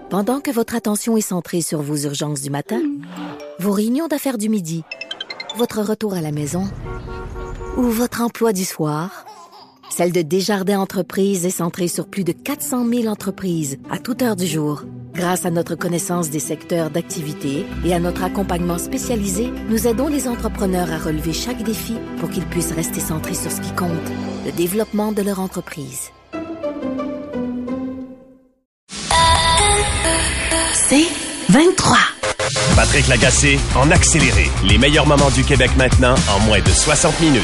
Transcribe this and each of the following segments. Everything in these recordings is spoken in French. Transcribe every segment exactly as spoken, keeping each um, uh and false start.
Pendant que votre attention est centrée sur vos urgences du matin, vos réunions d'affaires du midi, votre retour à la maison ou votre emploi du soir, celle de Desjardins Entreprises est centrée sur plus de quatre cent mille entreprises à toute heure du jour. Grâce à notre connaissance des secteurs d'activité et à notre accompagnement spécialisé, nous aidons les entrepreneurs à relever chaque défi pour qu'ils puissent rester centrés sur ce qui compte, le développement de leur entreprise. C'est vingt-trois. Patrick Lagacé en accéléré. Les meilleurs moments du Québec maintenant en moins de soixante minutes.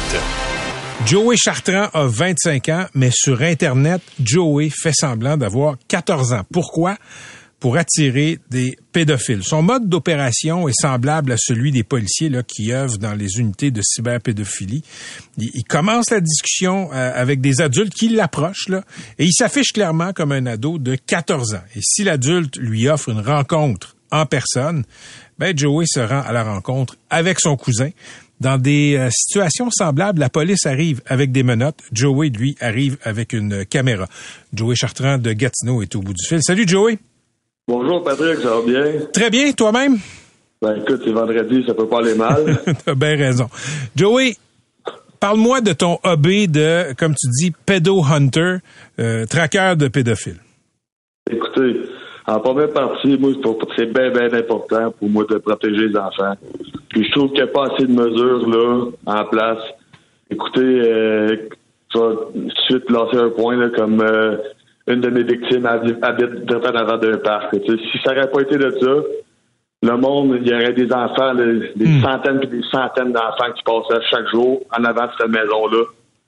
Joey Chartrand a vingt-cinq ans, mais sur Internet, Joey fait semblant d'avoir quatorze ans. Pourquoi? Pour attirer des pédophiles. Son mode d'opération est semblable à celui des policiers là, qui œuvrent dans les unités de cyberpédophilie. Il, il commence la discussion euh, avec des adultes qui l'approchent là, et il s'affiche clairement comme un ado de quatorze ans. Et si l'adulte lui offre une rencontre en personne, ben Joey se rend à la rencontre avec son cousin. Dans des euh, situations semblables, la police arrive avec des menottes. Joey, lui, arrive avec une caméra. Joey Chartrand de Gatineau est au bout du fil. Salut, Joey. Bonjour, Patrick, ça va bien? Très bien, toi-même? Ben écoute, c'est vendredi, ça peut pas aller mal. T'as bien raison. Joey, parle-moi de ton hobby de, comme tu dis, pédo-hunter, euh, traqueur de pédophiles. Écoutez, en première partie, moi, c'est bien, bien important pour moi de protéger les enfants. Puis je trouve qu'il n'y a pas assez de mesures là en place. Écoutez, euh, je vais tout de suite lancer un point là, comme euh, une de mes victimes habite direct en avant d'un parc. T'sais, si ça n'aurait pas été de ça, le monde, il y aurait des enfants, là, des mm. centaines et des centaines d'enfants qui passaient chaque jour en avant de cette maison-là.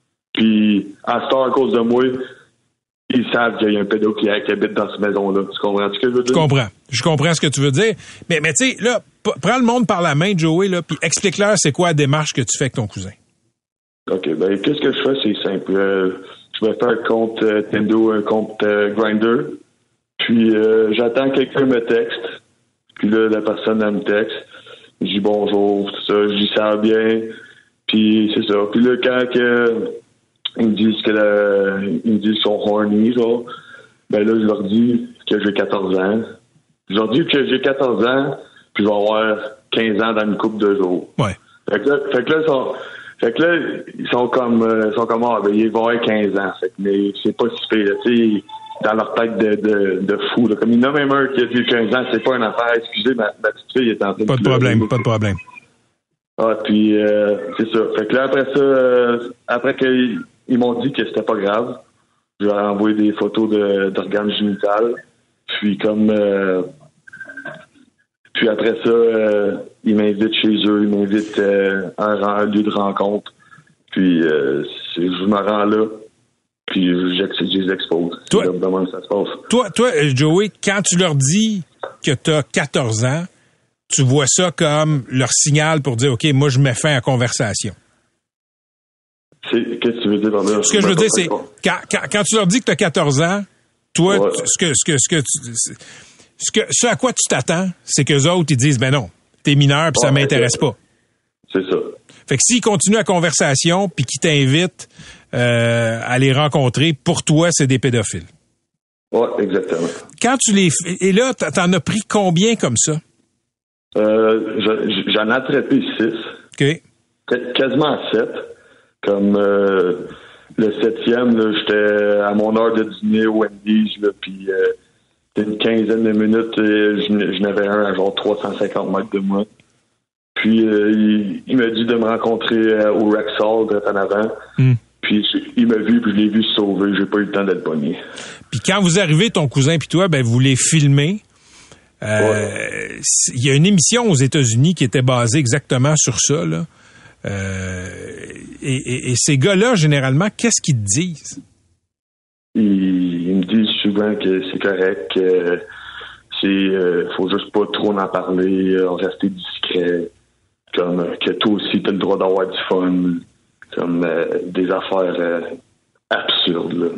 Puis, à ce temps, à cause de moi, ils savent qu'il y a un pédo qui, qui habite dans cette maison-là. Tu comprends ce que je veux dire? Je comprends. Je comprends ce que tu veux dire. Mais, mais tu sais, là, p- prends le monde par la main, Joey, là, puis explique-leur c'est quoi la démarche que tu fais avec ton cousin. OK. Ben, qu'est-ce que je fais? C'est simple. Euh, je vais faire un compte euh, Tendo, un compte euh, Grindr. Puis, euh, j'attends que quelqu'un me texte. Puis là, la personne, elle me texte. Je dis bonjour, tout ça. Je dis ça va bien. Puis, c'est ça. Puis là, quand que, ils me disent que la, ils me disent qu'ils sont horny, genre, ben là, je leur dis que j'ai quatorze ans. Je leur dis que j'ai quatorze ans, puis je vais avoir quinze ans dans une couple de jours. Ouais. Fait que là, fait que là, ils sont, fait que là, ils sont comme, euh, sont comme, ah, ben, ils vont avoir quinze ans. Fait que, mais c'est pas si pire, tu sais, dans leur tête de, de, de fou, là. Comme il y en a même un qui a vu quinze ans, c'est pas une affaire. Excusez, ma, ma petite fille est en train de... Pas de problème, pas de problème. Ah, puis, euh, c'est ça. Fait que là, après ça, euh, après qu'ils ils m'ont dit que c'était pas grave, je leur ai envoyé des photos de, d'organes génitales. Puis, comme, euh, puis après ça, euh, ils m'invitent chez eux, ils m'invitent euh, à un, un lieu de rencontre. Puis, euh, c'est, je me rends là, puis je les expose. Toi, c'est comment ça se passe. Toi, toi, Joey, quand tu leur dis que tu as quatorze ans, tu vois ça comme leur signal pour dire, OK, moi, je mets fin à la conversation. C'est, qu'est-ce que tu veux dire par là? Ce que je veux dire, c'est, quand, quand, quand tu leur dis que tu as quatorze ans, toi, ouais. tu, ce que, ce que, ce que, tu, ce que, ce à quoi tu t'attends, c'est qu'eux autres, ils disent, ben non, t'es mineur puis ouais, ça m'intéresse pas. C'est ça. Fait que s'ils continuent la conversation puis qu'ils t'invitent euh, à les rencontrer, pour toi, c'est des pédophiles. Oui, exactement. Quand tu les... Et là, t'en as pris combien comme ça? Euh, j'en ai attrapé six. OK. Quasiment sept. Comme euh, le septième, là, j'étais à mon heure de dîner au Wendy's, là, puis euh, c'était une quinzaine de minutes, et je, je n'avais un à genre trois cent cinquante mètres de moi. Puis euh, il, il m'a dit de me rencontrer euh, au Rexall, d'être en avant. Mm. Puis il m'a vu, puis je l'ai vu se sauver. J'ai pas eu le temps d'être pogné. Puis quand vous arrivez, ton cousin puis toi, ben vous les filmez. Euh, ouais. Il y a une émission aux États-Unis qui était basée exactement sur ça, là. Euh, et, et, et ces gars-là, généralement, qu'est-ce qu'ils te disent? Ils, ils me disent souvent que c'est correct, que c'est euh, faut juste pas trop en parler, euh, rester discret, comme euh, que toi aussi t'as le droit d'avoir du fun, comme euh, des affaires euh, absurdes. Là.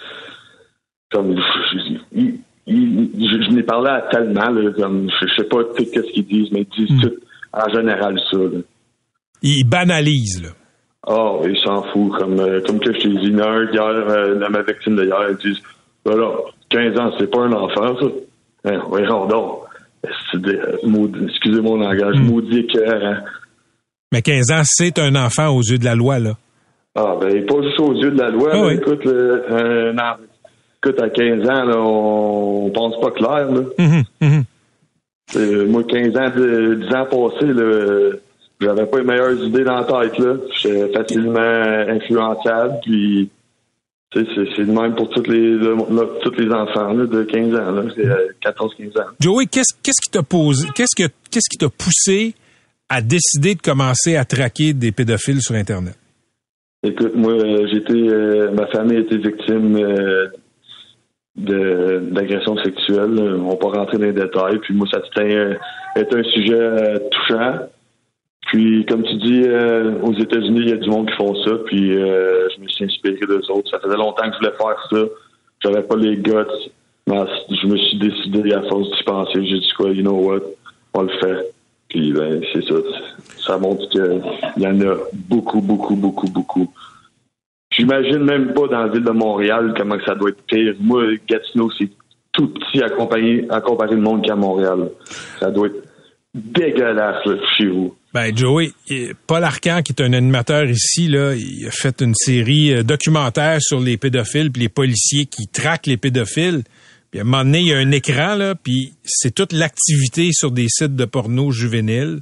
Comme je, je, je, je, je n'ai parlé à tellement, là, comme je, je sais pas tout ce qu'ils disent, mais ils disent mm. tout en général ça. Là. Ils banalisent, là. Oh, ils s'en foutent. Comme, euh, comme que je t'ai dit, hier, hier euh, ma victime de hier, ils disent, voilà, quinze ans, c'est pas un enfant, ça. Hein, voyons donc. C'est des, maudit, excusez mon langage, mm. maudit cœur. Hein. Mais quinze ans, c'est un enfant aux yeux de la loi, là. Ah, ben, pas juste aux yeux de la loi. Ah, là, oui. Écoute, là, euh, non, écoute, à quinze ans, là, on, on pense pas clair, là. Mm-hmm, mm-hmm. Euh, moi, quinze ans, dix ans passés, là, j'avais pas les meilleures idées dans la tête, là. J'étais facilement influençable, puis, tu sais, c'est, c'est de même pour tous les, là, tous les enfants, là, de quinze ans, là. C'est quatorze quinze ans. Joey, qu'est-ce, qu'est-ce qui t'a posé, qu'est-ce que, qu'est-ce qui t'a poussé à décider de commencer à traquer des pédophiles sur Internet? Écoute, moi, j'étais, euh, ma famille était victime euh, de, d'agression sexuelle. On va pas rentrer dans les détails. Puis moi, ça c'était est un sujet euh, touchant. Puis, comme tu dis, euh, aux États-Unis, il y a du monde qui font ça. Puis, euh, je me suis inspiré d'eux autres. Ça faisait longtemps que je voulais faire ça. J'avais pas les guts. Mais je me suis décidé à force d'y penser. J'ai dit quoi, you know what, on le fait. Puis, ben, c'est ça. Ça montre qu'il y en a beaucoup, beaucoup, beaucoup, beaucoup. J'imagine même pas dans la ville de Montréal comment ça doit être pire. Moi, Gatineau, c'est tout petit à comparer, à comparer le monde qu'à Montréal. Ça doit être dégueulasse, là, chez vous. Ben, Joey, Paul Arcand, qui est un animateur ici, là, il a fait une série documentaire sur les pédophiles puis les policiers qui traquent les pédophiles. Puis à un moment donné, il y a un écran, là, puis c'est toute l'activité sur des sites de porno juvéniles.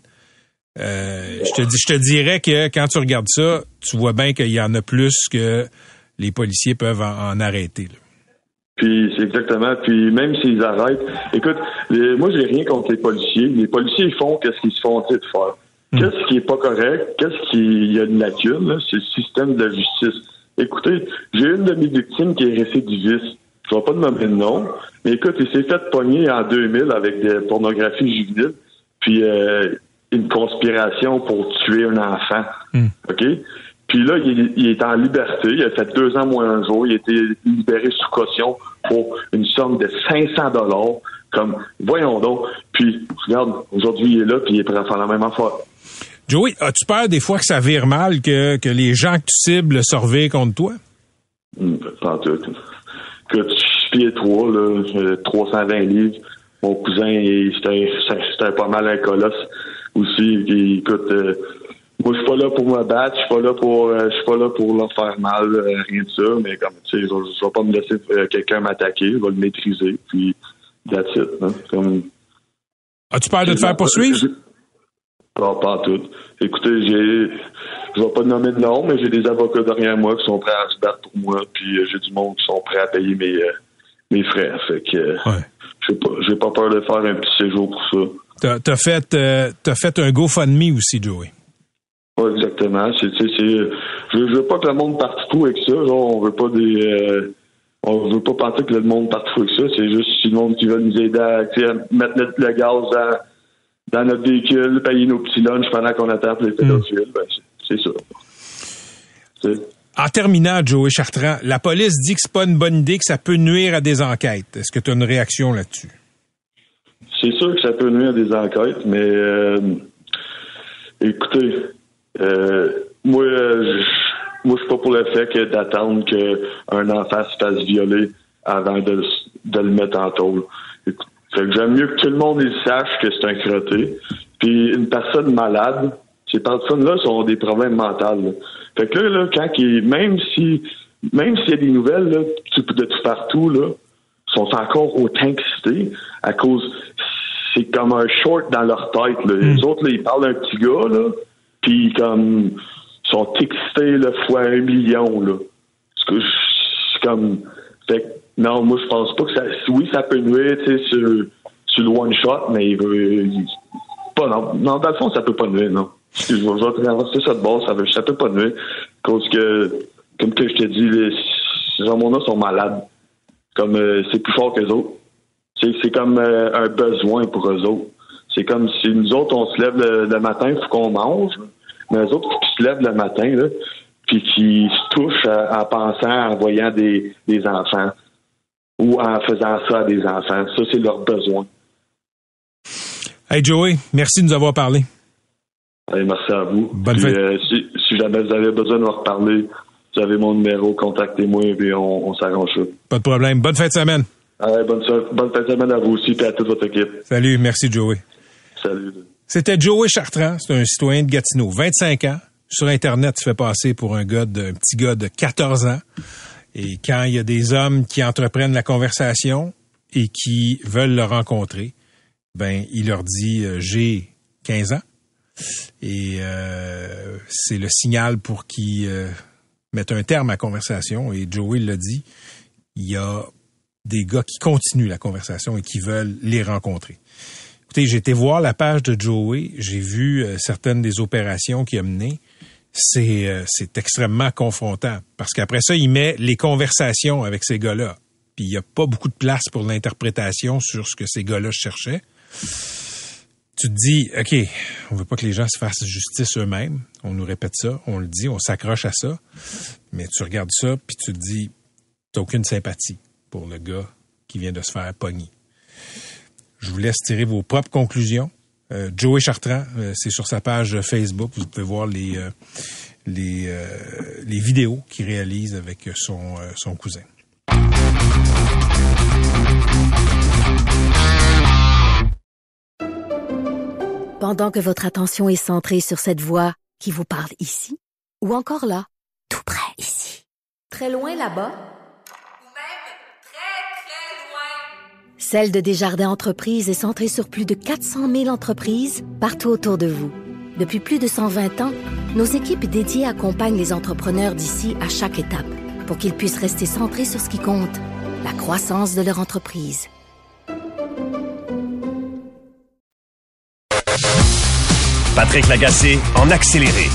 Euh, je te dis, je te dirais que quand tu regardes ça, tu vois bien qu'il y en a plus que les policiers peuvent en, en arrêter, là. Puis c'est exactement. Puis même s'ils arrêtent, écoute, les, moi j'ai rien contre les policiers. Les policiers ils font qu'est-ce qu'ils se font dire de faire. Mmh. Qu'est-ce qui est pas correct, qu'est-ce qui y a une lacune, là, c'est le système de la justice. Écoutez, j'ai une de mes victimes qui est récidiviste. Je vais pas nommer le nom, mais écoute, il s'est fait pogner en deux mille avec des pornographies juvéniles, puis euh, une conspiration pour tuer un enfant. Mm. OK? Puis là, il, il est en liberté. Il a fait deux ans moins un jour. Il a été libéré sous caution pour une somme de cinq cents dollars. Comme, voyons donc. Puis, regarde, aujourd'hui, il est là, puis il est prêt à faire la même affaire. Joey, as-tu peur des fois que ça vire mal, que, que les gens que tu cibles se revirent contre toi? Mm, pas tout. Que tu pieds trois, là, trois cent vingt livres. Mon cousin, il, c'était, c'était pas mal un colosse aussi. Puis, écoute, euh, moi, je suis pas là pour me battre, je suis pas là pour, euh, je suis pas là pour leur faire mal, euh, rien de ça. Mais comme, tu sais, je, je vais pas me laisser euh, quelqu'un m'attaquer, je vais le maîtriser. Puis, that's it. Hein, comme, as-tu peur de te faire poursuivre? Pas, pas tout. Écoutez, j'ai, je vais pas nommer de nom, mais j'ai des avocats derrière moi qui sont prêts à se battre pour moi, puis euh, j'ai du monde qui sont prêts à payer mes, euh, mes frais. Fait que, euh, ouais. j'ai pas, j'ai pas peur de faire un petit séjour pour ça. T'as, t'as fait, euh, t'as fait un GoFundMe aussi, Joey. Ouais, exactement. C'est, c'est, c'est, je, je veux pas que le monde parte fou avec ça. Genre, on veut pas des, euh, on veut pas penser que le monde parte fou avec ça. C'est juste si le monde qui veut nous aider à, à mettre le, le gaz dans, dans notre véhicule, payer nos petits lunchs pendant qu'on attend les pédophiles. Mm. Ben, c'est, c'est ça. C'est... En terminant, Joey Chartrand, la police dit que c'est pas une bonne idée, que ça peut nuire à des enquêtes. Est-ce que tu as une réaction là-dessus? C'est sûr que ça peut nuire à des enquêtes, mais euh, écoutez, euh, moi, je, moi, je suis pas pour le fait que d'attendre qu'un enfant se fasse violer avant de, de le mettre en tôle. Écoute, fait que j'aime mieux que tout le monde il sache que c'est un crotté. Puis une personne malade, ces personnes-là ont des problèmes mentaux. Là. Fait que là, là quand il, même si même s'il y a des nouvelles là, de tout partout, là, sont encore autant excités à cause c'est comme un short dans leur tête. Là. Mm. Les autres, là, ils parlent d'un petit gars, là, puis comme sont excités là, fois un million. Là. C'est, c'est comme fait que, non, moi je pense pas que ça. Oui, ça peut nuire, tu sais, sur, sur le one shot, mais il veut. Il, pas non. Non, dans le fond, ça peut pas nuire, non. Excuse-moi, je vais traverser ça de base, ça, veut, ça peut pas nuire. Parce que, comme que je te dis, les, ces hommes-là sont malades. Comme euh, c'est plus fort qu'eux autres. C'est, c'est comme euh, un besoin pour eux autres. C'est comme si nous autres, on se lève le, le matin, il faut qu'on mange. Mais eux autres, il faut qu'ils se lèvent le matin, là, puis qu'ils se touchent à, en pensant, en voyant des, des enfants. Ou en faisant ça à des enfants. Ça, c'est leur besoin. Hey Joey, merci de nous avoir parlé. Hey, merci à vous. Bonne puis, fête. Euh, si, si jamais vous avez besoin de me reparler, vous avez mon numéro, contactez-moi et puis on, on s'arrange ça. Pas de problème. Bonne fin de semaine. Ouais, bonne, bonne fin de semaine à vous aussi et à toute votre équipe. Salut, merci Joey. Salut. C'était Joey Chartrand, c'est un citoyen de Gatineau, vingt-cinq ans. Sur Internet, il se fait passer pour un gars de, un petit gars de quatorze ans. Et quand il y a des hommes qui entreprennent la conversation et qui veulent le rencontrer, ben il leur dit euh, j'ai quinze ans. Et euh, c'est le signal pour qu'ils euh, mettent un terme à la conversation. Et Joey l'a dit, il y a des gars qui continuent la conversation et qui veulent les rencontrer. Écoutez, j'ai été voir la page de Joey, j'ai vu euh, certaines des opérations qu'il a menées. C'est, euh, c'est extrêmement confrontant parce qu'après ça, il met les conversations avec ces gars-là. Puis il n'y a pas beaucoup de place pour l'interprétation sur ce que ces gars-là cherchaient. Tu te dis, OK, on veut pas que les gens se fassent justice eux-mêmes. On nous répète ça, on le dit, on s'accroche à ça. Mais tu regardes ça, puis tu te dis, t'as aucune sympathie pour le gars qui vient de se faire pogner. Je vous laisse tirer vos propres conclusions. Euh, Joey Chartrand, euh, c'est sur sa page Facebook. Vous pouvez voir les euh, les, euh, les vidéos qu'il réalise avec son, euh, son cousin. Pendant que votre attention est centrée sur cette voix qui vous parle ici, ou encore là, tout près ici, très loin là-bas, ou même très, très loin. Celle de Desjardins Entreprises est centrée sur plus de quatre cent mille entreprises partout autour de vous. Depuis plus de cent vingt ans, nos équipes dédiées accompagnent les entrepreneurs d'ici à chaque étape pour qu'ils puissent rester centrés sur ce qui compte, la croissance de leur entreprise. Patrick Lagacé en accéléré.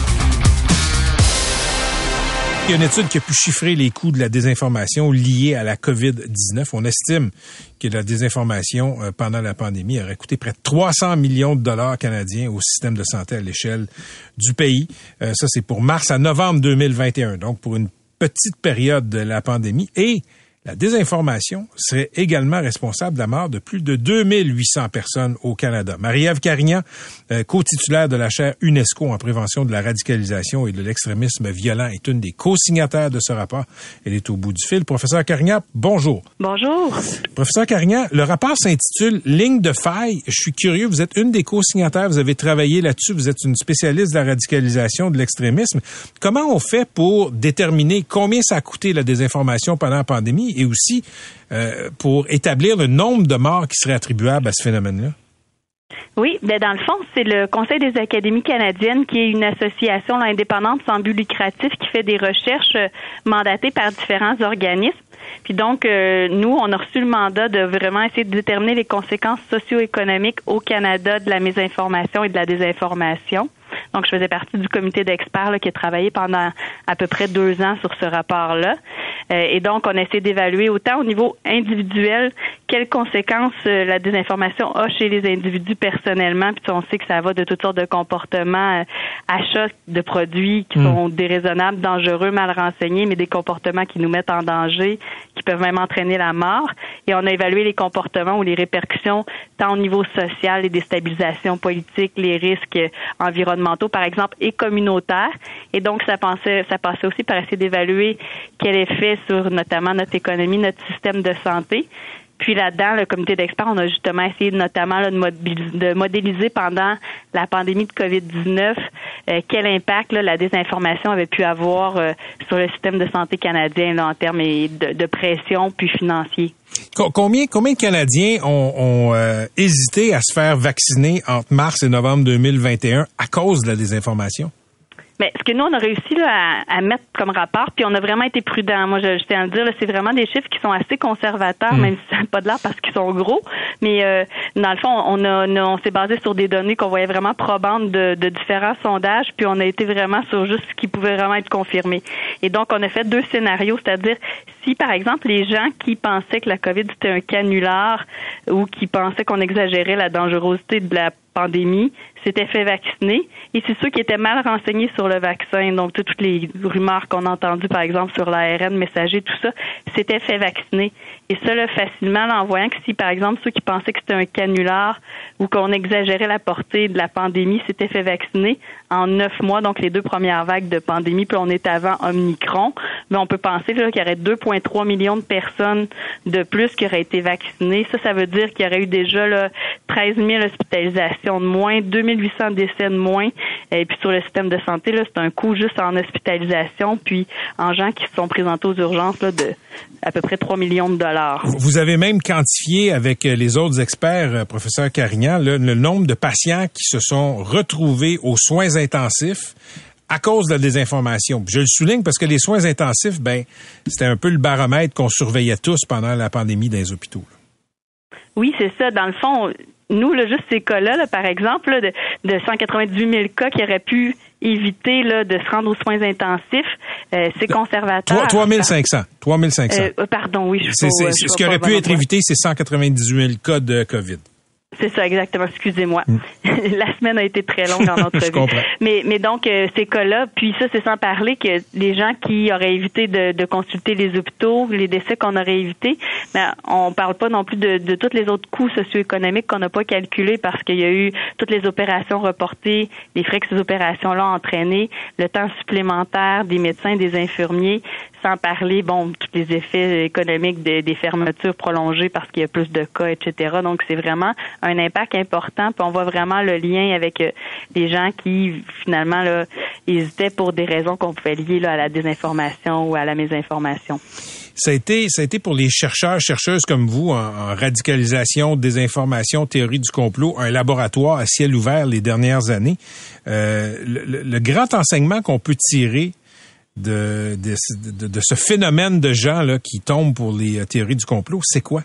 Il y a une étude qui a pu chiffrer les coûts de la désinformation liée à la covid dix-neuf. On estime que la désinformation euh, pendant la pandémie aurait coûté près de trois cents millions de dollars canadiens au système de santé à l'échelle du pays. Euh, ça, c'est pour mars à novembre deux mille vingt et un, donc pour une petite période de la pandémie. Et la désinformation serait également responsable de la mort de plus de deux mille huit cents personnes au Canada. Marie-Ève Carignan, euh, co-titulaire de la chaire UNESCO en prévention de la radicalisation et de l'extrémisme violent, est une des co-signataires de ce rapport. Elle est au bout du fil. Professeur Carignan, bonjour. Bonjour. Professeur Carignan, le rapport s'intitule « Ligne de faille ». Je suis curieux, vous êtes une des co-signataires, vous avez travaillé là-dessus, vous êtes une spécialiste de la radicalisation, de l'extrémisme. Comment on fait pour déterminer combien ça a coûté la désinformation pendant la pandémie et aussi euh, pour établir le nombre de morts qui seraient attribuables à ce phénomène-là? Oui, ben dans le fond, c'est le Conseil des académies canadiennes qui est une association là, indépendante sans but lucratif qui fait des recherches euh, mandatées par différents organismes. Puis donc, euh, nous, on a reçu le mandat de vraiment essayer de déterminer les conséquences socio-économiques au Canada de la mésinformation et de la désinformation. Donc, je faisais partie du comité d'experts là, qui a travaillé pendant à peu près deux ans sur ce rapport-là. Euh, et donc, on a essayé d'évaluer autant au niveau individuel quelles conséquences euh, la désinformation a chez les individus personnellement. Puis on sait que ça va de toutes sortes de comportements, euh, achats de produits qui mmh. sont déraisonnables, dangereux, mal renseignés, mais des comportements qui nous mettent en danger, qui peuvent même entraîner la mort. Et on a évalué les comportements ou les répercussions tant au niveau social, les déstabilisations politiques, les risques environnementaux, par exemple, et communautaires. Et donc, ça passait, ça passait aussi par essayer d'évaluer quel effet sur notamment notre économie, notre système de santé. Puis là-dedans, le comité d'experts, on a justement essayé notamment là, de, modéliser, de modéliser pendant la pandémie de covid dix-neuf euh, quel impact là, la désinformation avait pu avoir euh, sur le système de santé canadien là, en termes de, de pression puis financier. Combien, combien de Canadiens ont, ont euh, hésité à se faire vacciner entre mars et novembre deux mille vingt et un à cause de la désinformation? Mais ce que nous, on a réussi là, à, à mettre comme rapport, puis on a vraiment été prudents. Moi, je, je tiens à le dire, là, c'est vraiment des chiffres qui sont assez conservateurs, mmh. même si ça n'a pas de l'air parce qu'ils sont gros. Mais euh, dans le fond, on, a, on, a, on s'est basé sur des données qu'on voyait vraiment probantes de, de différents sondages, puis on a été vraiment sur juste ce qui pouvait vraiment être confirmé. Et donc, on a fait deux scénarios, c'est-à-dire si, par exemple, les gens qui pensaient que la COVID était un canular ou qui pensaient qu'on exagérait la dangerosité de la pandémie s'étaient fait vacciner, et c'est ceux qui étaient mal renseignés sur le vaccin, donc toutes les rumeurs qu'on a entendues, par exemple, sur l'A R N messager, tout ça, s'étaient fait vacciner. Et ça, là, facilement, là, en voyant que si, par exemple, ceux qui pensaient que c'était un canular ou qu'on exagérait la portée de la pandémie s'étaient fait vacciner en neuf mois, donc les deux premières vagues de pandémie, puis on est avant Omicron, mais on peut penser là, qu'il y aurait deux virgule trois millions de personnes de plus qui auraient été vaccinées. Ça, ça veut dire qu'il y aurait eu déjà là, treize mille hospitalisations de moins, deux mille huit cents décès de moins. Et puis sur le système de santé, là, c'est un coût juste en hospitalisation, puis en gens qui se sont présentés aux urgences là, de à peu près trois millions de dollars. Vous avez même quantifié avec les autres experts, professeur Carignan, le, le nombre de patients qui se sont retrouvés aux soins intensifs à cause de la désinformation. Je le souligne parce que les soins intensifs, ben, c'était un peu le baromètre qu'on surveillait tous pendant la pandémie dans les hôpitaux. Là. Oui, c'est ça. Dans le fond, nous, là, juste ces cas-là, là, par exemple, là, de, de cent quatre-vingt-dix-huit mille cas qui auraient pu éviter là, de se rendre aux soins intensifs, euh, c'est conservateur. trois mille cinq cents. trois mille cinq cents. Euh, pardon, oui. Je c'est, pas, c'est, euh, c'est, je ce qui aurait pu être point. évité, c'est cent quatre-vingt-dix-huit mille cas de COVID. C'est ça, exactement. Excusez-moi. Mm. La semaine a été très longue dans notre vie. Comprends. Mais, mais donc, euh, ces cas-là, puis ça, c'est sans parler que les gens qui auraient évité de, de consulter les hôpitaux, les décès qu'on aurait évités, mais on parle pas non plus de, de tous les autres coûts socio-économiques qu'on n'a pas calculés parce qu'il y a eu toutes les opérations reportées, les frais que ces opérations-là ont entraîné, le temps supplémentaire des médecins, des infirmiers, sans parler, bon, tous les effets économiques des, des fermetures prolongées parce qu'il y a plus de cas, et cetera. Donc, c'est vraiment un impact important. Puis on voit vraiment le lien avec euh, les gens qui, finalement, là, hésitaient pour des raisons qu'on pouvait lier là, à la désinformation ou à la mésinformation. Ça a été, ça a été pour les chercheurs, chercheuses comme vous, en, en radicalisation, désinformation, théorie du complot, un laboratoire à ciel ouvert les dernières années. Euh, le, le grand enseignement qu'on peut tirer De, de, de, de ce phénomène de gens là, qui tombent pour les théories du complot, c'est quoi?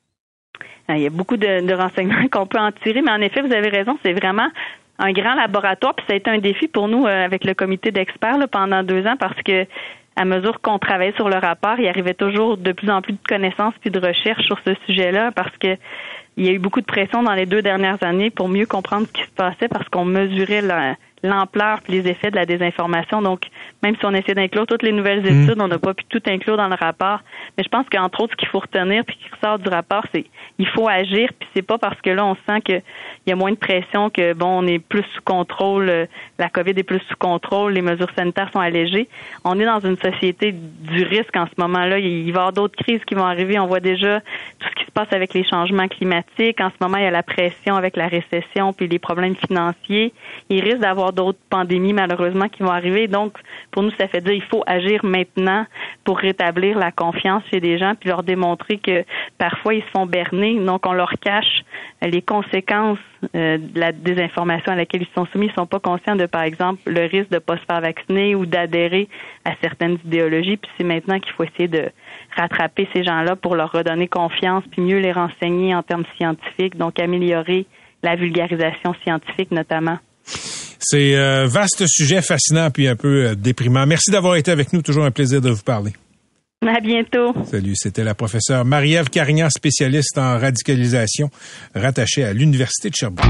Il y a beaucoup de, de renseignements qu'on peut en tirer, mais en effet, vous avez raison, c'est vraiment un grand laboratoire, puis ça a été un défi pour nous euh, avec le comité d'experts là, pendant deux ans parce que à mesure qu'on travaillait sur le rapport, il arrivait toujours de plus en plus de connaissances puis de recherches sur ce sujet-là parce que il y a eu beaucoup de pression dans les deux dernières années pour mieux comprendre ce qui se passait parce qu'on mesurait la l'ampleur et les effets de la désinformation. Donc, même si on essaie d'inclure toutes les nouvelles études, mmh. on n'a pas pu tout inclure dans le rapport. Mais je pense qu'entre autres, ce qu'il faut retenir puis qui ressort du rapport, c'est il faut agir. Puis c'est pas parce que là, on sent que il y a moins de pression que bon, on est plus sous contrôle, la COVID est plus sous contrôle, les mesures sanitaires sont allégées. On est dans une société du risque en ce moment-là. Il va y avoir d'autres crises qui vont arriver. On voit déjà tout ce qui se passe avec les changements climatiques. En ce moment, il y a la pression avec la récession puis les problèmes financiers. Il risque d'avoir d'autres pandémies, malheureusement, qui vont arriver. Donc, pour nous, ça fait dire qu'il faut agir maintenant pour rétablir la confiance chez des gens puis leur démontrer que parfois, ils se font berner. Donc, on leur cache les conséquences euh, de la désinformation à laquelle ils sont soumis. Ils ne sont pas conscients de, par exemple, le risque de ne pas se faire vacciner ou d'adhérer à certaines idéologies. Puis c'est maintenant qu'il faut essayer de rattraper ces gens-là pour leur redonner confiance puis mieux les renseigner en termes scientifiques. Donc, améliorer la vulgarisation scientifique, notamment. C'est un euh, vaste sujet, fascinant puis un peu euh, déprimant. Merci d'avoir été avec nous. Toujours un plaisir de vous parler. À bientôt. Salut, c'était la professeure Marie-Ève Carignan, spécialiste en radicalisation, rattachée à l'Université de Sherbrooke.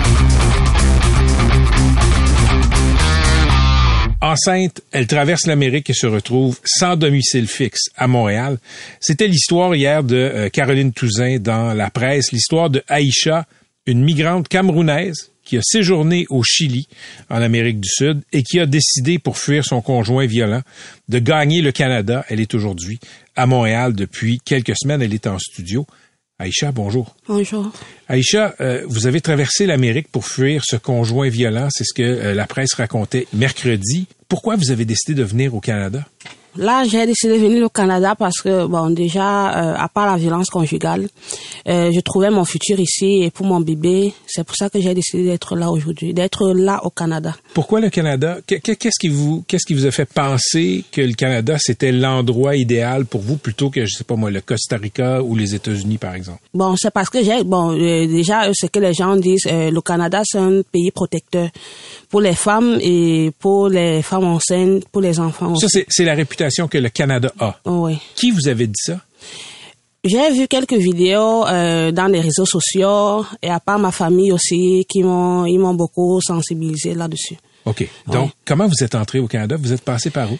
Enceinte, elle traverse l'Amérique et se retrouve sans domicile fixe à Montréal. C'était l'histoire hier de euh, Caroline Touzin dans la presse, l'histoire de Aïcha, une migrante camerounaise qui a séjourné au Chili, en Amérique du Sud, et qui a décidé, pour fuir son conjoint violent, de gagner le Canada. Elle est aujourd'hui à Montréal depuis quelques semaines. Elle est en studio. Aïcha, bonjour. Bonjour. Aïcha, euh, vous avez traversé l'Amérique pour fuir ce conjoint violent. C'est ce que euh, la presse racontait mercredi. Pourquoi vous avez décidé de venir au Canada? Là, j'ai décidé de venir au Canada parce que, bon, déjà, euh, à part la violence conjugale, euh, je trouvais mon futur ici et pour mon bébé, c'est pour ça que j'ai décidé d'être là aujourd'hui, d'être là au Canada. Pourquoi le Canada? Qu'est-ce qui vous, qu'est-ce qui vous a fait penser que le Canada, c'était l'endroit idéal pour vous plutôt que, je sais pas moi, le Costa Rica ou les États-Unis, par exemple? Bon, c'est parce que j'ai, bon, euh, déjà, ce que les gens disent, euh, le Canada, c'est un pays protecteur pour les femmes et pour les femmes enceintes, pour les enfants aussi. Ça, c'est, c'est la réputation que le Canada a. Oui. Qui vous avait dit ça? J'ai vu quelques vidéos euh, dans les réseaux sociaux et à part ma famille aussi qui m'ont ils m'ont beaucoup sensibilisé là-dessus. OK. Donc, ouais. Comment vous êtes entré au Canada? Vous êtes passé par où?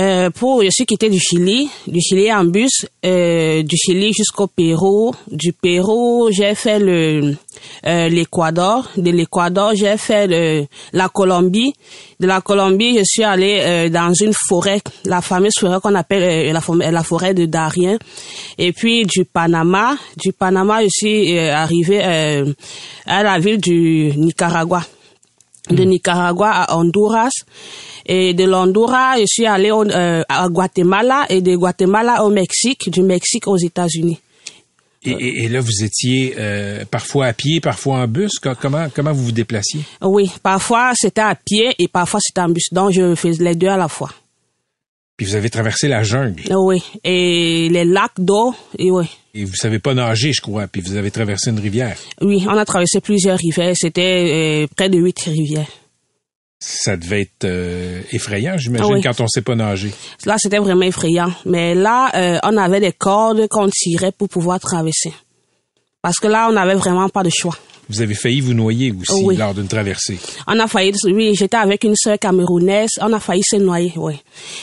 Euh, pour, je suis quitté du Chili, du Chili en bus, euh, du Chili jusqu'au Pérou. Du Pérou, j'ai fait le euh, l'Équateur. De l'Équateur, j'ai fait le, la Colombie. De la Colombie, je suis allé euh, dans une forêt, la fameuse forêt qu'on appelle euh, la, la forêt de Darien. Et puis du Panama, du Panama, je suis euh, arrivé euh, à la ville du Nicaragua. De Nicaragua à Honduras. Et de l'Honduras, je suis allé au, euh, à Guatemala et de Guatemala au Mexique, du Mexique aux États-Unis. Et, et, et là, vous étiez euh, parfois à pied, parfois en bus. Comment comment vous vous déplaciez? Oui, parfois c'était à pied et parfois c'était en bus. Donc je faisais les deux à la fois. Puis vous avez traversé la jungle. Oui, et les lacs d'eau, et oui. Et vous savez pas nager, je crois, puis vous avez traversé une rivière. Oui, on a traversé plusieurs rivières. C'était euh, près de huit rivières. Ça devait être euh, effrayant, j'imagine, oui. Quand on sait pas nager. Là, c'était vraiment effrayant. Mais là, euh, on avait des cordes qu'on tirait pour pouvoir traverser. Parce que là, on n'avait vraiment pas de choix. Vous avez failli vous noyer aussi oui. lors d'une traversée. On a failli, oui, j'étais avec une sœur camerounaise, on a failli se noyer, oui.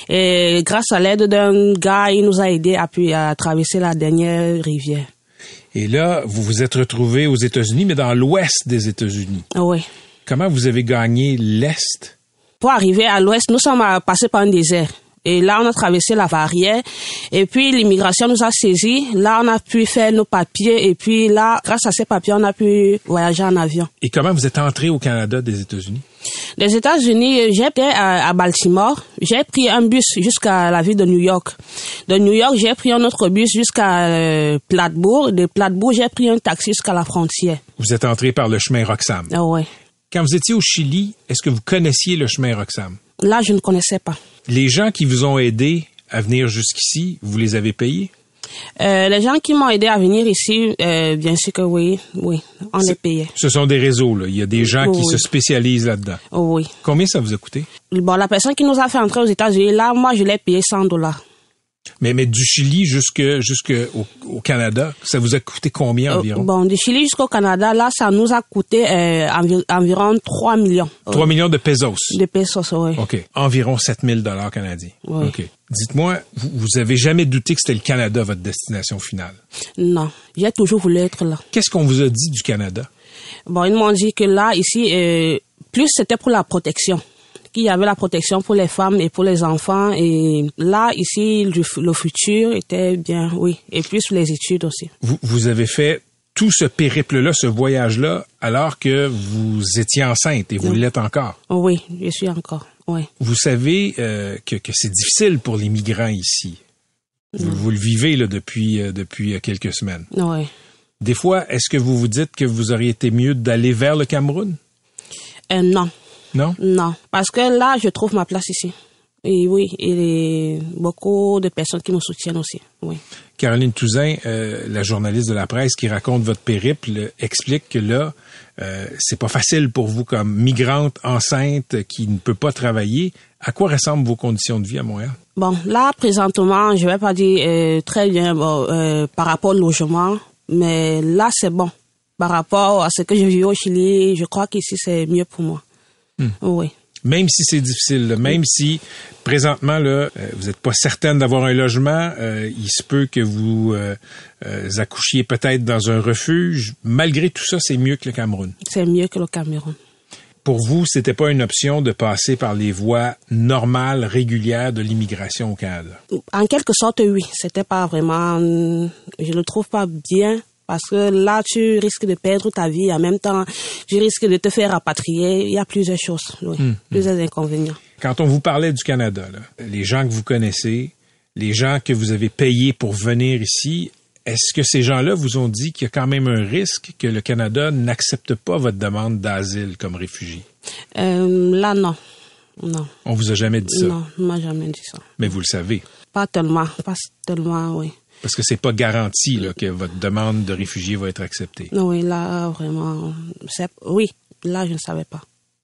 Et grâce à l'aide d'un gars, il nous a aidés à, à traverser la dernière rivière. Et là, vous vous êtes retrouvé aux États-Unis, mais dans l'ouest des États-Unis. Oui. Comment vous avez gagné l'est? Pour arriver à l'ouest, nous sommes passés par un désert. Et là, on a traversé la barrière. Et puis, l'immigration nous a saisis. Là, on a pu faire nos papiers. Et puis là, grâce à ces papiers, on a pu voyager en avion. Et comment vous êtes entré au Canada des États-Unis? Des États-Unis, j'étais à, à Baltimore. J'ai pris un bus jusqu'à la ville de New York. De New York, j'ai pris un autre bus jusqu'à euh, Plattsburgh. De Plattsburgh, j'ai pris un taxi jusqu'à la frontière. Vous êtes entré par le chemin Roxham. Ah ouais. Quand vous étiez au Chili, est-ce que vous connaissiez le chemin Roxham? Là, je ne connaissais pas. Les gens qui vous ont aidé à venir jusqu'ici, vous les avez payés? Euh, les gens qui m'ont aidé à venir ici, euh, bien sûr que oui, oui, on les payait. Ce sont des réseaux, là. Il y a des gens oui, qui oui. se spécialisent là-dedans. Oui. Combien ça vous a coûté? Bon, la personne qui nous a fait entrer aux États-Unis, là, moi, je l'ai payé cent dollars. Mais, mais du Chili jusque, jusque au, au Canada, ça vous a coûté combien environ? Euh, bon, du Chili jusqu'au Canada, là, ça nous a coûté euh, envi- environ trois millions. trois millions de pesos? De pesos, oui. OK. Environ sept mille dollars canadiens. Oui. OK. Dites-moi, vous, vous avez jamais douté que c'était le Canada, votre destination finale? Non, j'ai toujours voulu être là. Qu'est-ce qu'on vous a dit du Canada? Bon, ils m'ont dit que là, ici, euh, plus c'était pour la protection. Qu'il y avait la protection pour les femmes et pour les enfants. Et là, ici, le, le futur était bien, oui. Et plus les études aussi. Vous, vous avez fait tout ce périple-là, ce voyage-là, alors que vous étiez enceinte et vous oui. l'êtes encore. Oui, je suis encore, oui. Vous savez euh, que, que c'est difficile pour les migrants ici. Vous, vous le vivez là, depuis, euh, depuis quelques semaines. Oui. Des fois, est-ce que vous vous dites que vous auriez été mieux d'aller vers le Cameroun? Euh, non. Non? Non, parce que là, je trouve ma place ici. Et oui, et beaucoup de personnes qui me soutiennent aussi, oui. Caroline Touzin, euh, la journaliste de la presse qui raconte votre périple, explique que là, euh, c'est pas facile pour vous comme migrante enceinte qui ne peut pas travailler. À quoi ressemblent vos conditions de vie à Montréal? Bon, là, présentement, je vais pas dire euh, très bien bon, euh, par rapport au logement, mais là, c'est bon. Par rapport à ce que je vis au Chili, je crois qu'ici, c'est mieux pour moi. Mmh. Oui. Même si c'est difficile, là, même si présentement là, euh, vous n'êtes pas certaine d'avoir un logement, euh, il se peut que vous euh, euh, accouchiez peut-être dans un refuge. Malgré tout ça, c'est mieux que le Cameroun. C'est mieux que le Cameroun. Pour vous, c'était pas une option de passer par les voies normales, régulières de l'immigration au Canada? En quelque sorte, oui. C'était pas vraiment, je le trouve pas bien. Parce que là, tu risques de perdre ta vie. En même temps, tu risques de te faire rapatrier. Il y a plusieurs choses, oui, mmh, plusieurs mmh. inconvénients. Quand on vous parlait du Canada, là, les gens que vous connaissez, les gens que vous avez payés pour venir ici, est-ce que ces gens-là vous ont dit qu'il y a quand même un risque que le Canada n'accepte pas votre demande d'asile comme réfugié? Euh, là, non. Non. On vous a jamais dit ça? Non, on m'a jamais dit ça. Mais vous le savez? Pas tellement. Pas tellement, oui. Parce que c'est pas garanti là, que votre demande de réfugié va être acceptée. Oui, là, vraiment, c'est... oui, là, je ne savais pas.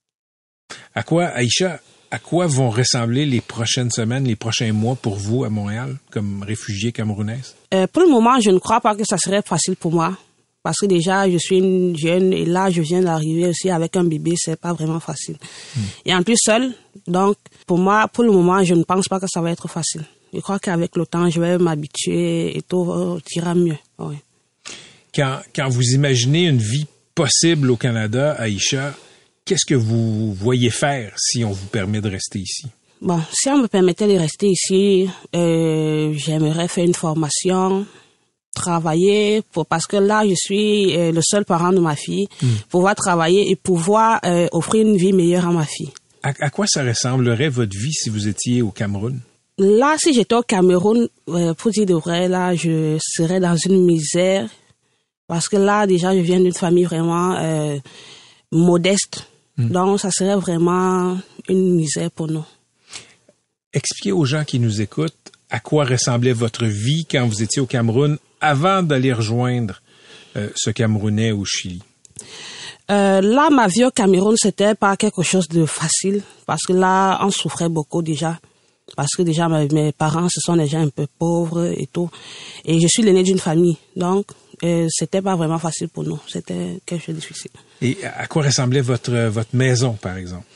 À quoi, Aïcha, à quoi vont ressembler les prochaines semaines, les prochains mois pour vous à Montréal, comme réfugiée camerounaise? Euh, pour le moment, je ne crois pas que ça serait facile pour moi. Parce que déjà, je suis une jeune et là, je viens d'arriver aussi avec un bébé, c'est pas vraiment facile. Mmh. Et en plus seule, donc pour moi, pour le moment, je ne pense pas que ça va être facile. Je crois qu'avec le temps, je vais m'habituer et tout ira mieux. Oui. Quand, quand vous imaginez une vie possible au Canada, Aïcha, qu'est-ce que vous voyez faire si on vous permet de rester ici? Bon, si on me permettait de rester ici, euh, j'aimerais faire une formation, travailler, pour, parce que là, je suis euh, le seul parent de ma fille, mmh. pouvoir travailler et pouvoir euh, offrir une vie meilleure à ma fille. À, à quoi ça ressemblerait votre vie si vous étiez au Cameroun? Là, si j'étais au Cameroun, euh, pour dire de vrai, là, je serais dans une misère, parce que là, déjà, je viens d'une famille vraiment euh, modeste, mmh. donc ça serait vraiment une misère pour nous. Expliquez aux gens qui nous écoutent à quoi ressemblait votre vie quand vous étiez au Cameroun avant d'aller rejoindre euh, ce Camerounais au Chili. Euh, là, ma vie au Cameroun, c'était pas quelque chose de facile parce que là, on souffrait beaucoup déjà. Parce que déjà, mes, mes parents, ce sont des gens un peu pauvres et tout. Et je suis l'aîné d'une famille. Donc, euh, c'était pas vraiment facile pour nous. C'était quelque chose de difficile. Et à quoi ressemblait votre, votre maison, par exemple?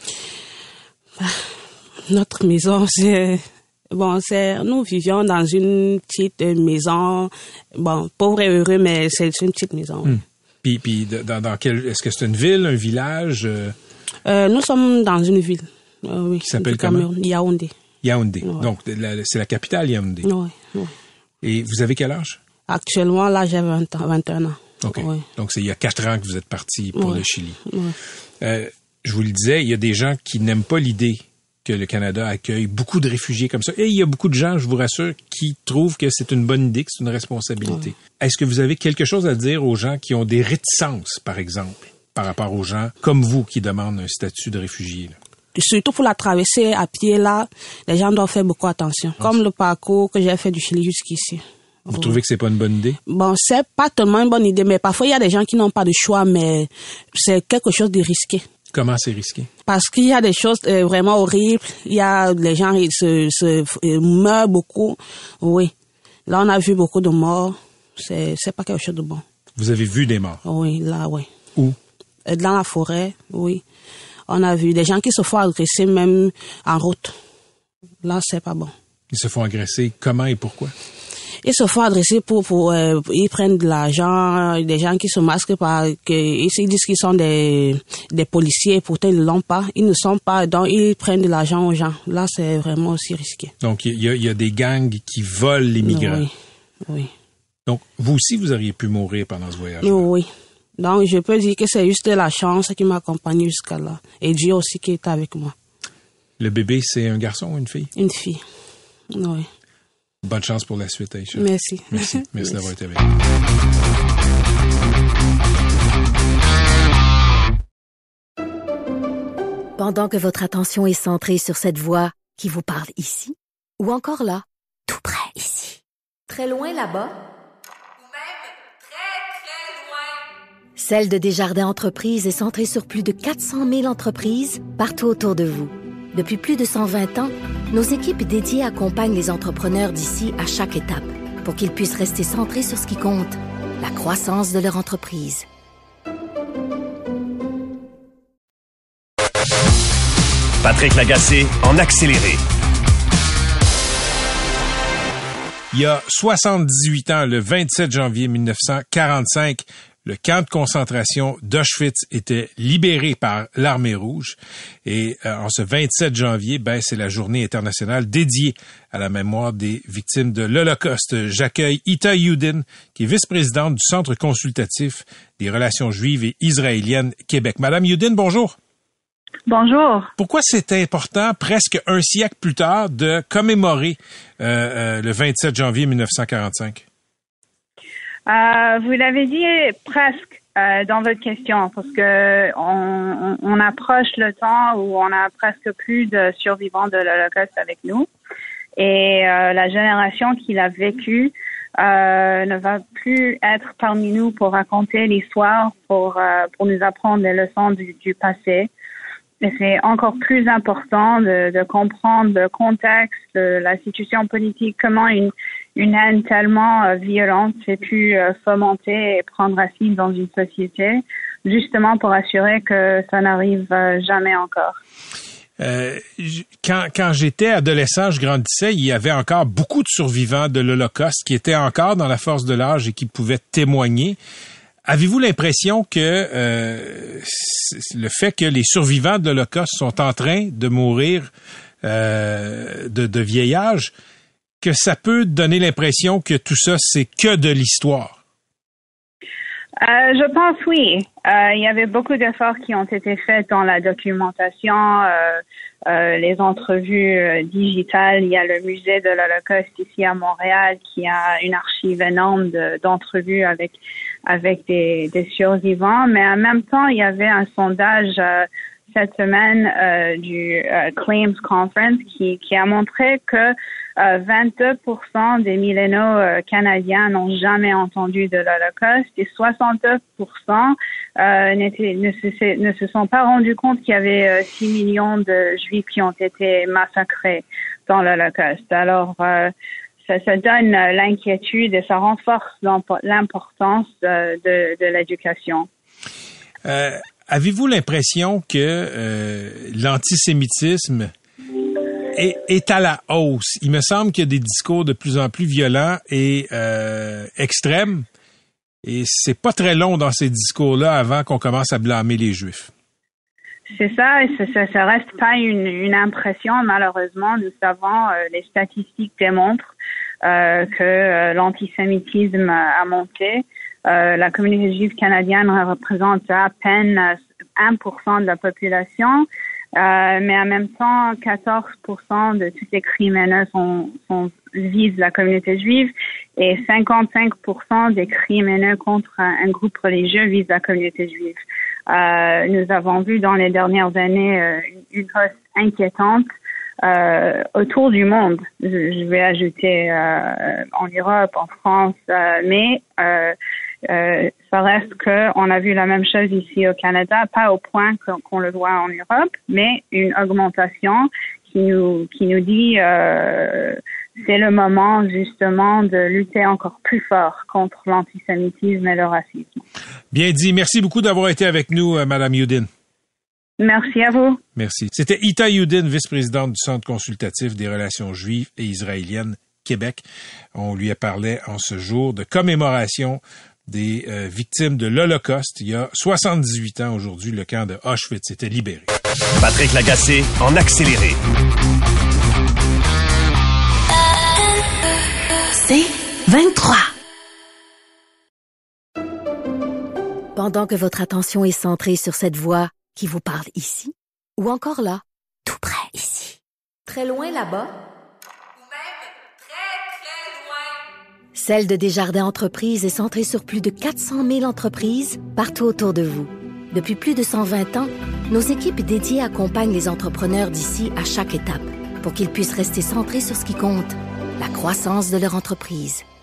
Notre maison, c'est... Bon, c'est... Nous vivions dans une petite maison. Bon, pauvre et heureux, mais c'est une petite maison. Hum. Puis, puis dans, dans quel... Est-ce que c'est une ville, un village? Euh... Euh, nous sommes dans une ville. Euh, oui, qui s'appelle comment? Yaoundé. Yaoundé. Ouais. Donc, la, c'est la capitale, Yaoundé. Oui, oui. Et vous avez quel âge? Actuellement, là, j'ai vingt ans, vingt et un ans. OK. Oui. Donc, c'est il y a quatre ans que vous êtes parti pour oui. le Chili. Oui. Euh, je vous le disais, il y a des gens qui n'aiment pas l'idée que le Canada accueille beaucoup de réfugiés comme ça. Et il y a beaucoup de gens, je vous rassure, qui trouvent que c'est une bonne idée, que c'est une responsabilité. Oui. Est-ce que vous avez quelque chose à dire aux gens qui ont des réticences, par exemple, par rapport aux gens comme vous qui demandent un statut de réfugié, là? Surtout pour la traversée à pied, là, les gens doivent faire beaucoup attention. Ah, comme le parcours que j'ai fait du Chili jusqu'ici. Vous oui. trouvez que c'est pas une bonne idée? Bon, c'est pas tellement une bonne idée, mais parfois il y a des gens qui n'ont pas de choix, mais c'est quelque chose de risqué. Comment c'est risqué? Parce qu'il y a des choses euh, vraiment horribles. Il y a les gens ils se, se ils meurent beaucoup. Oui. Là, on a vu beaucoup de morts. C'est c'est pas quelque chose de bon. Vous avez vu des morts? Oui, là, oui. Où? Dans la forêt, oui. On a vu des gens qui se font agresser même en route. Là, c'est pas bon. Ils se font agresser comment et pourquoi? Ils se font agresser pour, pour euh, ils prennent de l'argent, des gens qui se masquent par, que, ils disent qu'ils sont des, des policiers, pourtant ils ne l'ont pas. Ils ne sont pas, donc ils prennent de l'argent aux gens. Là, c'est vraiment aussi risqué. Donc, il y a, il y a des gangs qui volent les migrants. Oui, oui. Donc, vous aussi, vous auriez pu mourir pendant ce voyage. Oui. Donc, je peux dire que c'est juste la chance qui m'a accompagné jusqu'à là. Et Dieu aussi qui est avec moi. Le bébé, c'est un garçon ou une fille? Une fille, oui. Bonne chance pour la suite, Aïcha. Merci. Merci. Merci, Merci d'avoir été avec nous. Pendant que votre attention est centrée sur cette voix qui vous parle ici, ou encore là, tout près ici, très loin là-bas, Celle de Desjardins Entreprises est centrée sur plus de quatre cent mille entreprises partout autour de vous. Depuis plus de cent vingt ans, nos équipes dédiées accompagnent les entrepreneurs d'ici à chaque étape pour qu'ils puissent rester centrés sur ce qui compte, la croissance de leur entreprise. Patrick Lagacé en accéléré. Il y a soixante-dix-huit ans, le vingt-sept janvier mille neuf cent quarante-cinq, le camp de concentration d'Auschwitz était libéré par l'Armée rouge. Et euh, en ce vingt-sept janvier, ben, c'est la journée internationale dédiée à la mémoire des victimes de l'Holocauste. J'accueille Ita Youdin, qui est vice-présidente du Centre consultatif des relations juives et israéliennes Québec. Madame Youdin, bonjour. Bonjour. Pourquoi c'est important, presque un siècle plus tard, de commémorer euh, euh, le vingt-sept janvier mille neuf cent quarante-cinq? Euh, vous l'avez dit presque euh, dans votre question, parce que on, on approche le temps où on a presque plus de survivants de l'Holocauste avec nous, et euh, la génération qui l'a vécu euh, ne va plus être parmi nous pour raconter l'histoire, pour euh, pour nous apprendre les leçons du, du passé. Et c'est encore plus important de, de comprendre le contexte, de la situation politique, comment une une haine tellement euh, violente s'est pu euh, fomenter et prendre racine dans une société, justement pour assurer que ça n'arrive euh, jamais encore. Euh, quand, quand j'étais adolescent, je grandissais, il y avait encore beaucoup de survivants de l'Holocauste qui étaient encore dans la force de l'âge et qui pouvaient témoigner. Avez-vous l'impression que euh, le fait que les survivants de l'Holocauste sont en train de mourir euh, de, de vieil âge, que ça peut donner l'impression que tout ça, c'est que de l'histoire? Euh, je pense oui. Euh, il y avait beaucoup d'efforts qui ont été faits dans la documentation, euh, euh, les entrevues euh, digitales. Il y a le musée de l'Holocauste ici à Montréal qui a une archive énorme de, d'entrevues avec avec des, des survivants. Mais en même temps, il y avait un sondage euh, cette semaine euh, du euh, Claims Conference qui qui a montré que Euh, vingt-deux pour cent des milléniaux euh, canadiens n'ont jamais entendu de l'Holocauste et soixante-deux pour cent euh, n'étaient, ne, se, ne se sont pas rendus compte qu'il y avait euh, six millions de Juifs qui ont été massacrés dans l'Holocauste. Alors, euh, ça, ça donne euh, l'inquiétude et ça renforce l'importance euh, de, de l'éducation. Euh, avez-vous l'impression que euh, l'antisémitisme Est, est à la hausse? Il me semble qu'il y a des discours de plus en plus violents et euh, extrêmes. Et c'est pas très long dans ces discours-là avant qu'on commence à blâmer les Juifs. C'est ça, et ça, ça, ça reste pas une, une impression, malheureusement. Nous savons, euh, les statistiques démontrent euh, que euh, l'antisémitisme a monté. Euh, la communauté juive canadienne représente à peine un pour cent de la population. Euh, mais en même temps, quatorze pour cent de tous les crimes haineux sont, sont, visent la communauté juive et cinquante-cinq pour cent des crimes haineux contre un, un groupe religieux visent la communauté juive. Euh, nous avons vu dans les dernières années euh, une, une hausse inquiétante euh, autour du monde. Je, je vais ajouter euh, en Europe, en France, euh, mais euh, Euh, ça reste que on a vu la même chose ici au Canada, pas au point qu'on, qu'on le voit en Europe, mais une augmentation qui nous qui nous dit euh, c'est le moment justement de lutter encore plus fort contre l'antisémitisme et le racisme. Bien dit. Merci beaucoup d'avoir été avec nous, euh, Madame Youdin. Merci à vous. Merci. C'était Ita Youdin, vice-présidente du Centre consultatif des relations juives et israéliennes Québec. On lui a parlé en ce jour de commémoration des euh, victimes de l'Holocauste. Il y a soixante-dix-huit ans aujourd'hui, le camp de Auschwitz était libéré. Patrick Lagacé en accéléré. C'est vingt-trois. Pendant que votre attention est centrée sur cette voix qui vous parle ici, ou encore là, tout près ici, très loin là-bas, Celle de Desjardins Entreprises est centrée sur plus de quatre cent mille entreprises partout autour de vous. Depuis plus de cent vingt ans, nos équipes dédiées accompagnent les entrepreneurs d'ici à chaque étape pour qu'ils puissent rester centrés sur ce qui compte, la croissance de leur entreprise.